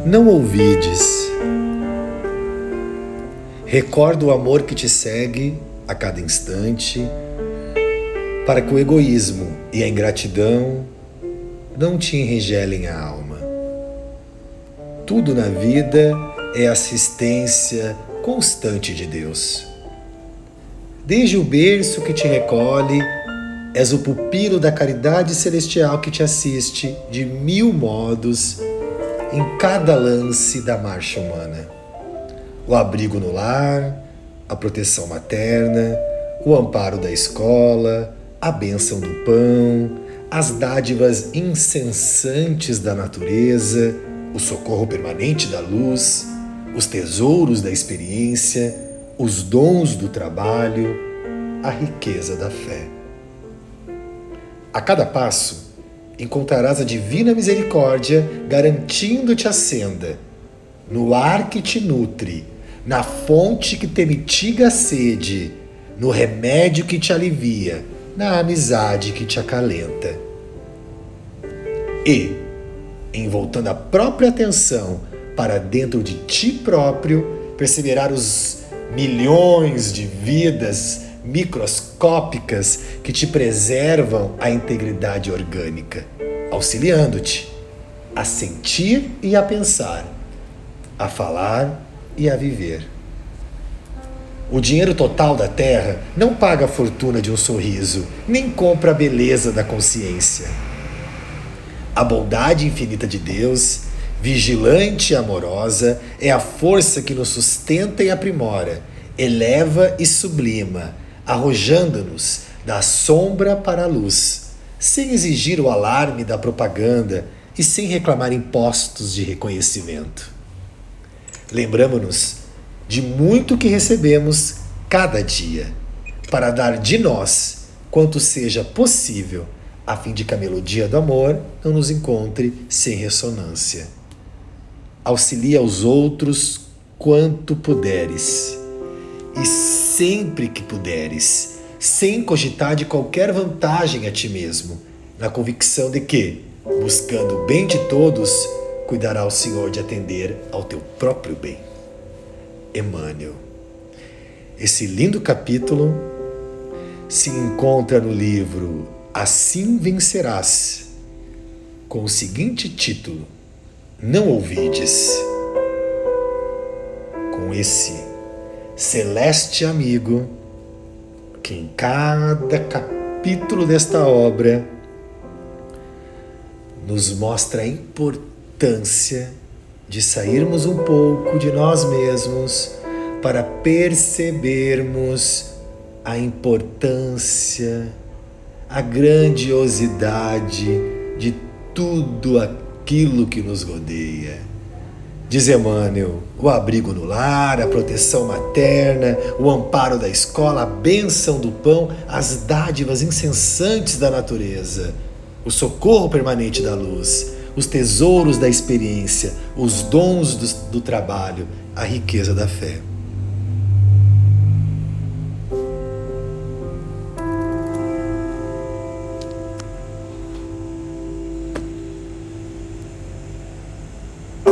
Não ouvides. Recorda o amor que te segue a cada instante, para que o egoísmo e a ingratidão não te enregelem a alma. Tudo na vida é assistência constante de Deus. Desde o berço que te recolhe, és o pupilo da caridade celestial que te assiste de 1000 modos em cada lance da marcha humana. O abrigo no lar, a proteção materna, o amparo da escola, a bênção do pão, as dádivas incessantes da natureza, o socorro permanente da luz, os tesouros da experiência, os dons do trabalho, a riqueza da fé. A cada passo, encontrarás a divina misericórdia garantindo-te a senda, no ar que te nutre, na fonte que te mitiga a sede, no remédio que te alivia, na amizade que te acalenta. E, em voltando a própria atenção para dentro de ti próprio, perceberás os milhões de vidas microscópicas que te preservam a integridade orgânica, auxiliando-te a sentir e a pensar, a falar e a viver. O dinheiro total da terra não paga a fortuna de um sorriso, nem compra a beleza da consciência. A bondade infinita de Deus, vigilante e amorosa, é a força que nos sustenta e aprimora, eleva e sublima, arrojando-nos da sombra para a luz, sem exigir o alarme da propaganda e sem reclamar impostos de reconhecimento. Lembramo-nos de muito que recebemos cada dia, para dar de nós quanto seja possível, a fim de que a melodia do amor não nos encontre sem ressonância. Auxilia aos outros quanto puderes, e sempre que puderes, sem cogitar de qualquer vantagem a ti mesmo, na convicção de que, buscando o bem de todos, cuidará o Senhor de atender ao teu próprio bem. Emmanuel. Esse lindo capítulo se encontra no livro Assim Vencerás, com o seguinte título: Não ouvides. Com esse celeste amigo que em cada capítulo desta obra nos mostra a importância de sairmos um pouco de nós mesmos para percebermos a importância, a grandiosidade de tudo aquilo que nos rodeia. Diz Emmanuel, o abrigo no lar, a proteção materna, o amparo da escola, a bênção do pão, as dádivas incessantes da natureza, o socorro permanente da luz, os tesouros da experiência, os dons do trabalho, a riqueza da fé.